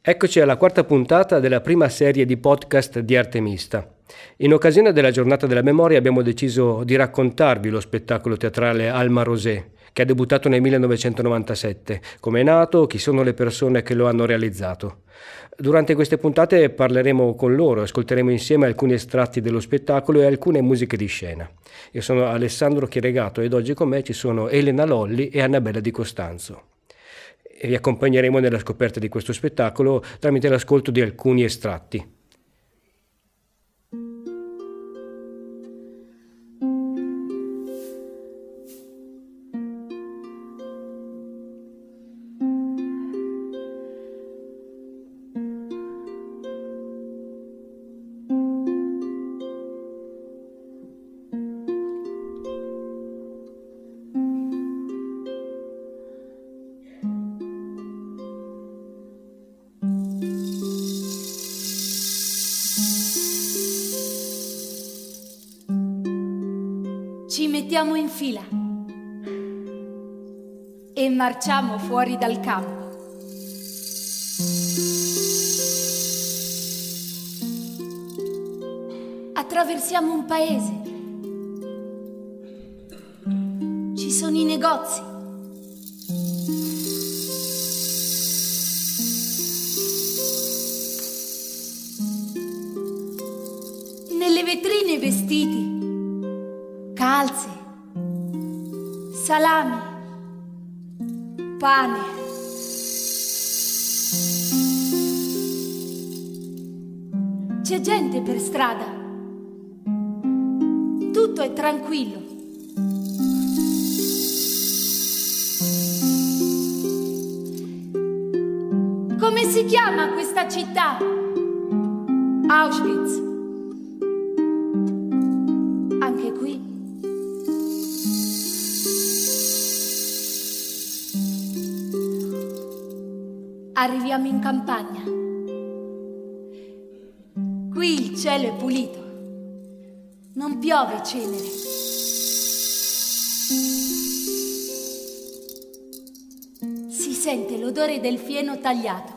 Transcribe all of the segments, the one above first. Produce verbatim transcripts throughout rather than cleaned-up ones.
Eccoci alla quarta puntata della prima serie di podcast di Arte Mista. In occasione della giornata della memoria abbiamo deciso di raccontarvi lo spettacolo teatrale Alma Rosé, che ha debuttato nel millenovecentonovantasette, come è nato, chi sono le persone che lo hanno realizzato. Durante queste puntate parleremo con loro, ascolteremo insieme alcuni estratti dello spettacolo e alcune musiche di scena. Io sono Alessandro Chieregato ed oggi con me ci sono Elena Lolli e Annabella Di Costanzo. E vi accompagneremo nella scoperta di questo spettacolo tramite l'ascolto di alcuni estratti. Ci mettiamo in fila e marciamo fuori dal campo. Attraversiamo un paese. Ci sono i negozi. Nelle vetrine vestiti, calze, salami, pane. C'è gente per strada. Tutto è tranquillo. Come si chiama questa città? Auschwitz. Anche qui. Arriviamo in campagna. Qui il cielo è pulito. Non piove cenere. Si sente l'odore del fieno tagliato.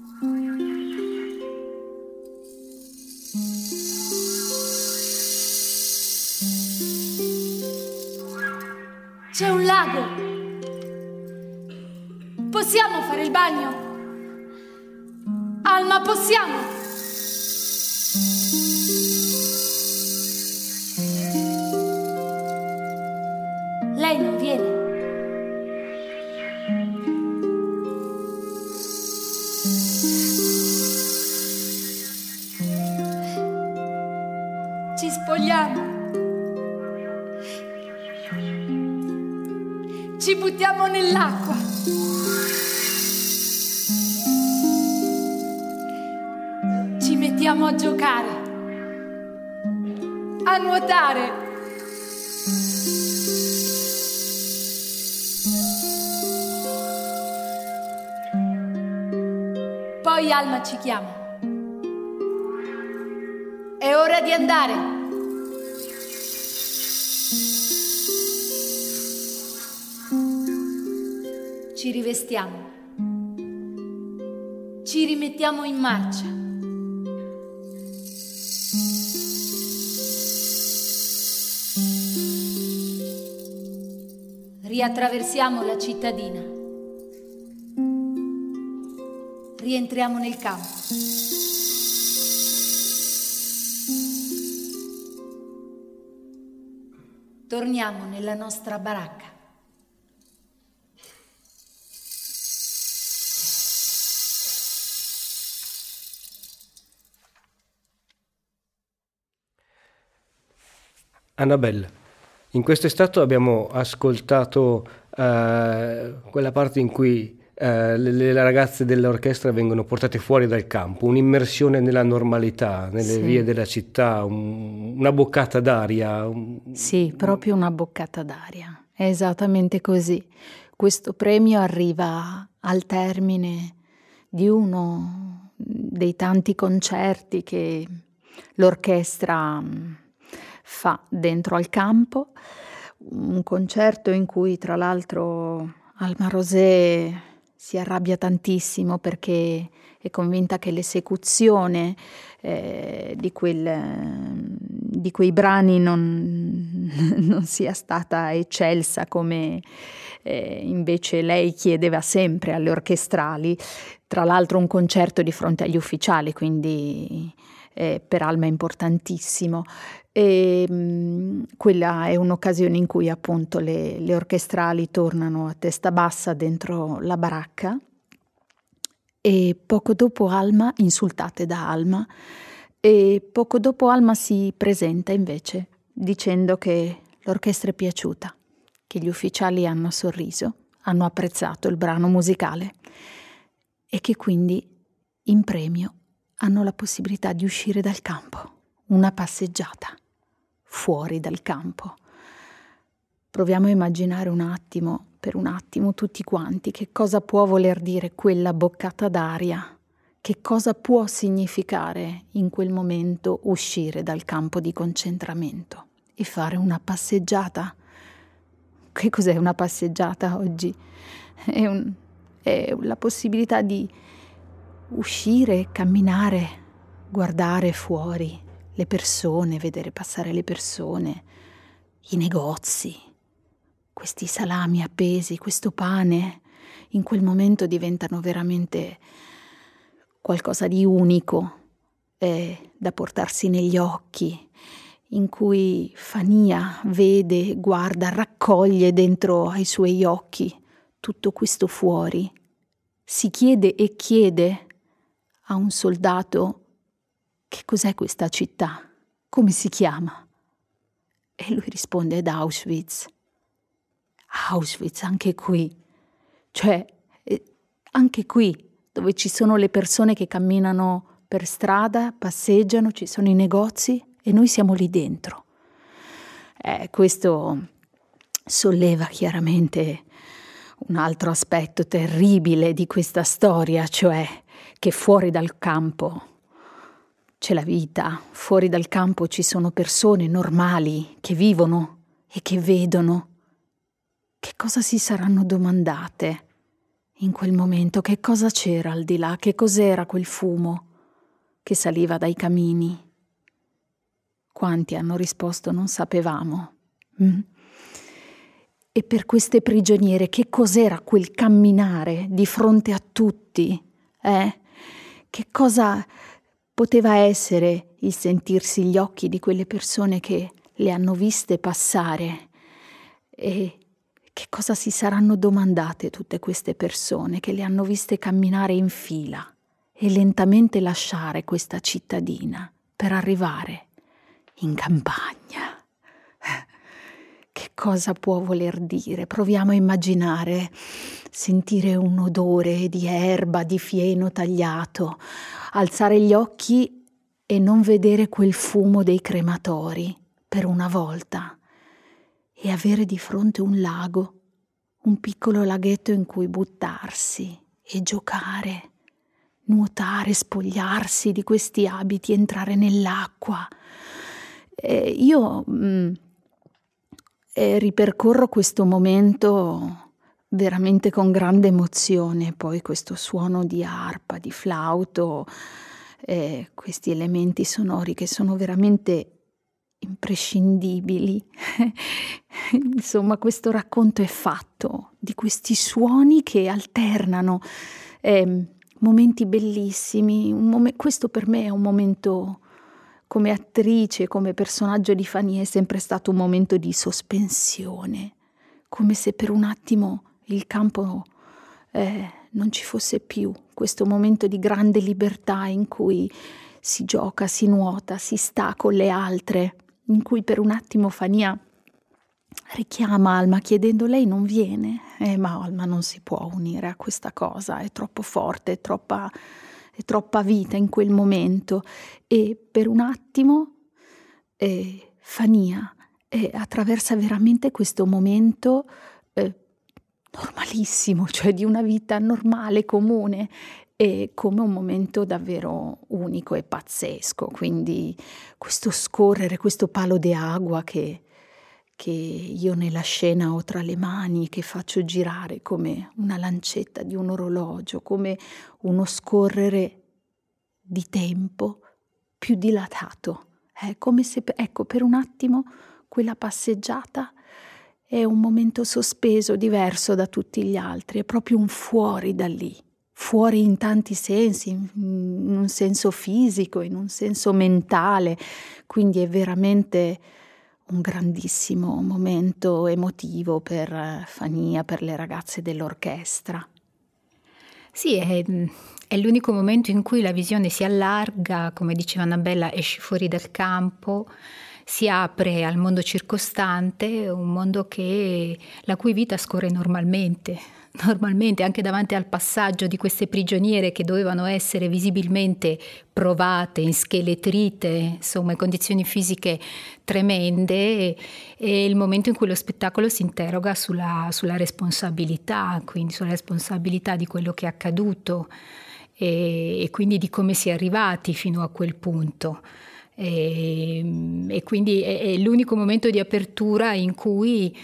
C'è un lago. Possiamo fare il bagno? Alma, possiamo? Lei non viene. Ci spogliamo. Ci buttiamo nell'acqua. Ci mettiamo a giocare, a nuotare. Poi Alma ci chiama. È ora di andare. Ci rivestiamo. Ci rimettiamo in marcia. Riattraversiamo la cittadina. Rientriamo nel campo. Torniamo nella nostra baracca. Annabella, in questo estratto abbiamo ascoltato eh, quella parte in cui eh, le, le ragazze dell'orchestra vengono portate fuori dal campo, un'immersione nella normalità, nelle Sì. vie della città, un- una boccata d'aria. un- Sì, proprio una boccata d'aria. È esattamente così. Questo premio arriva al termine di uno dei tanti concerti che l'orchestra mh, fa dentro al campo. Un concerto in cui, tra l'altro, Alma Rosé si arrabbia tantissimo perché è convinta che l'esecuzione eh, di, quel, di quei brani non, non sia stata eccelsa come eh, invece lei chiedeva sempre alle orchestrali. Tra l'altro un concerto di fronte agli ufficiali, quindi eh, per Alma è importantissimo. E, mh, quella è un'occasione in cui appunto le, le orchestrali tornano a testa bassa dentro la baracca e poco dopo Alma, insultate da Alma, e poco dopo Alma si presenta invece dicendo che l'orchestra è piaciuta, che gli ufficiali hanno sorriso, hanno apprezzato il brano musicale e che quindi in premio hanno la possibilità di uscire dal campo, una passeggiata fuori dal campo. Proviamo a immaginare un attimo, per un attimo tutti quanti, che cosa può voler dire quella boccata d'aria, che cosa può significare in quel momento uscire dal campo di concentramento e fare una passeggiata. Che cos'è una passeggiata oggi? È, un, è la possibilità di uscire, camminare, guardare fuori le persone, vedere passare le persone, i negozi, questi salami appesi, questo pane, in quel momento diventano veramente qualcosa di unico eh, da portarsi negli occhi, in cui Fania vede, guarda, raccoglie dentro ai suoi occhi tutto questo fuori. Si chiede e chiede a un soldato: che cos'è questa città? Come si chiama? E lui risponde: ad Auschwitz. Auschwitz, anche qui. Cioè, eh, anche qui, dove ci sono le persone che camminano per strada, passeggiano, ci sono i negozi e noi siamo lì dentro. Eh, questo solleva chiaramente un altro aspetto terribile di questa storia, cioè che fuori dal campo c'è la vita, fuori dal campo ci sono persone normali che vivono e che vedono. Che cosa si saranno domandate in quel momento? Che cosa c'era al di là? Che cos'era quel fumo che saliva dai camini? Quanti hanno risposto non sapevamo. Mm? E per queste prigioniere che cos'era quel camminare di fronte a tutti? Eh? Che cosa poteva essere il sentirsi gli occhi di quelle persone che le hanno viste passare? E che cosa si saranno domandate tutte queste persone che le hanno viste camminare in fila e lentamente lasciare questa cittadina per arrivare in campagna? Che cosa può voler dire? Proviamo a immaginare, sentire un odore di erba, di fieno tagliato, alzare gli occhi e non vedere quel fumo dei crematori per una volta e avere di fronte un lago, un piccolo laghetto in cui buttarsi e giocare, nuotare, spogliarsi di questi abiti, entrare nell'acqua. E io mh, e ripercorro questo momento veramente con grande emozione, poi questo suono di arpa, di flauto, eh, questi elementi sonori che sono veramente imprescindibili. Insomma, questo racconto è fatto di questi suoni che alternano eh, momenti bellissimi. Un mom- questo per me è un momento, come attrice, come personaggio di Fania, è sempre stato un momento di sospensione, come se per un attimo il campo eh, non ci fosse più, questo momento di grande libertà in cui si gioca, si nuota, si sta con le altre, in cui per un attimo Fania richiama Alma chiedendo: lei non viene? Eh, ma Alma non si può unire a questa cosa, è troppo forte, è troppa, è troppa vita in quel momento. E per un attimo eh, Fania eh, attraversa veramente questo momento eh, normalissimo, cioè di una vita normale, comune, e come un momento davvero unico e pazzesco. Quindi questo scorrere, questo palo di acqua che, che io nella scena ho tra le mani, che faccio girare come una lancetta di un orologio, come uno scorrere di tempo più dilatato. È come se, ecco, per un attimo quella passeggiata è un momento sospeso, diverso da tutti gli altri, è proprio un fuori da lì, fuori in tanti sensi, in un senso fisico, in un senso mentale, quindi è veramente un grandissimo momento emotivo per Fania, per le ragazze dell'orchestra. Sì, è, è l'unico momento in cui la visione si allarga, come diceva Annabella, esci fuori dal campo, si apre al mondo circostante, un mondo che, la cui vita scorre normalmente, normalmente anche davanti al passaggio di queste prigioniere che dovevano essere visibilmente provate, inscheletrite, insomma in condizioni fisiche tremende, è il momento in cui lo spettacolo si interroga sulla, sulla responsabilità, quindi sulla responsabilità di quello che è accaduto e, e quindi di come si è arrivati fino a quel punto. E, e quindi è, è l'unico momento di apertura in cui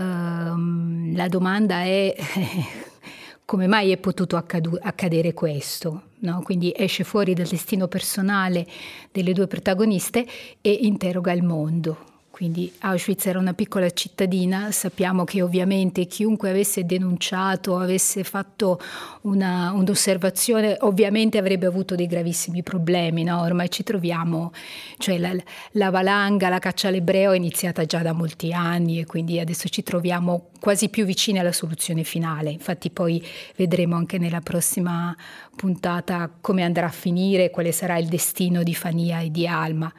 um, la domanda è come mai è potuto accadu- accadere questo, no? Quindi esce fuori dal destino personale delle due protagoniste e interroga il mondo. Quindi Auschwitz era una piccola cittadina, sappiamo che ovviamente chiunque avesse denunciato, avesse fatto una, un'osservazione, ovviamente avrebbe avuto dei gravissimi problemi, no? Ormai ci troviamo, cioè la, la valanga, la caccia all'ebreo è iniziata già da molti anni e quindi adesso ci troviamo quasi più vicini alla soluzione finale. Infatti poi vedremo anche nella prossima puntata come andrà a finire, quale sarà il destino di Fania e di Alma.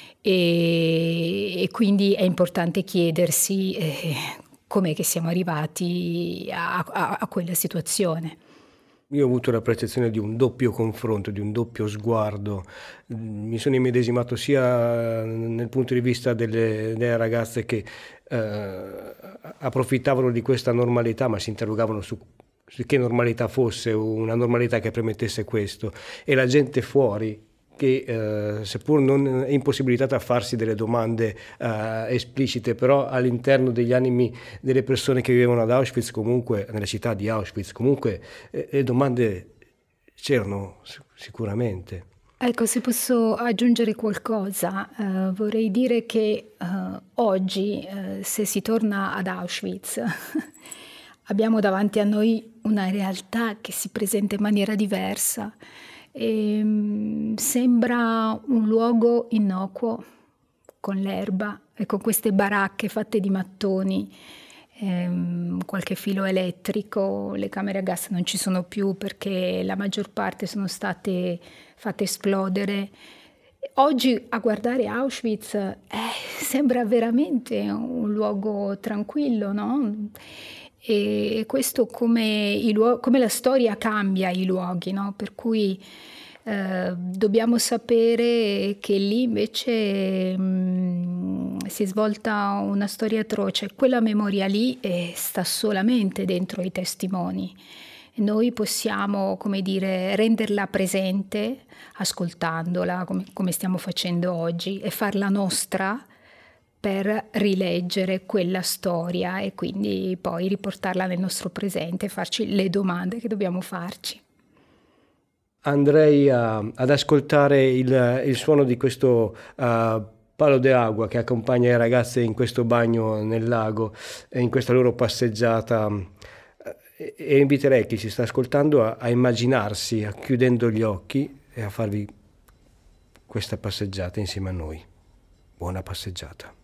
E, e quindi è importante chiedersi eh, com'è che siamo arrivati a, a, a quella situazione. Io ho avuto la percezione di un doppio confronto, di un doppio sguardo. Mi sono immedesimato sia nel punto di vista delle, delle ragazze che eh, approfittavano di questa normalità, ma si interrogavano su, su che normalità fosse, una normalità che permettesse questo, e la gente fuori che eh, seppur non è impossibilitata a farsi delle domande eh, esplicite, però all'interno degli animi delle persone che vivevano ad Auschwitz, comunque nella città di Auschwitz, comunque eh, le domande c'erano sicuramente. Ecco, se posso aggiungere qualcosa, eh, vorrei dire che eh, oggi, eh, se si torna ad Auschwitz, abbiamo davanti a noi una realtà che si presenta in maniera diversa. E, um, sembra un luogo innocuo, con l'erba e con queste baracche fatte di mattoni, ehm, qualche filo elettrico. Le camere a gas non ci sono più perché la maggior parte sono state fatte esplodere. Oggi a guardare Auschwitz eh, sembra veramente un luogo tranquillo, no? E questo come, i luog- come la storia cambia i luoghi, no? Per cui eh, dobbiamo sapere che lì invece mh, si è svolta una storia atroce. Quella memoria lì eh, sta solamente dentro i testimoni. Noi possiamo, come dire, renderla presente ascoltandola, come, come stiamo facendo oggi, e farla nostra per rileggere quella storia e quindi poi riportarla nel nostro presente e farci le domande che dobbiamo farci. Andrei a, ad ascoltare il, il suono di questo uh, palo de agua che accompagna le ragazze in questo bagno nel lago e in questa loro passeggiata, e, e inviterei chi ci sta ascoltando a, a immaginarsi, a, chiudendo gli occhi, e a farvi questa passeggiata insieme a noi. Buona passeggiata.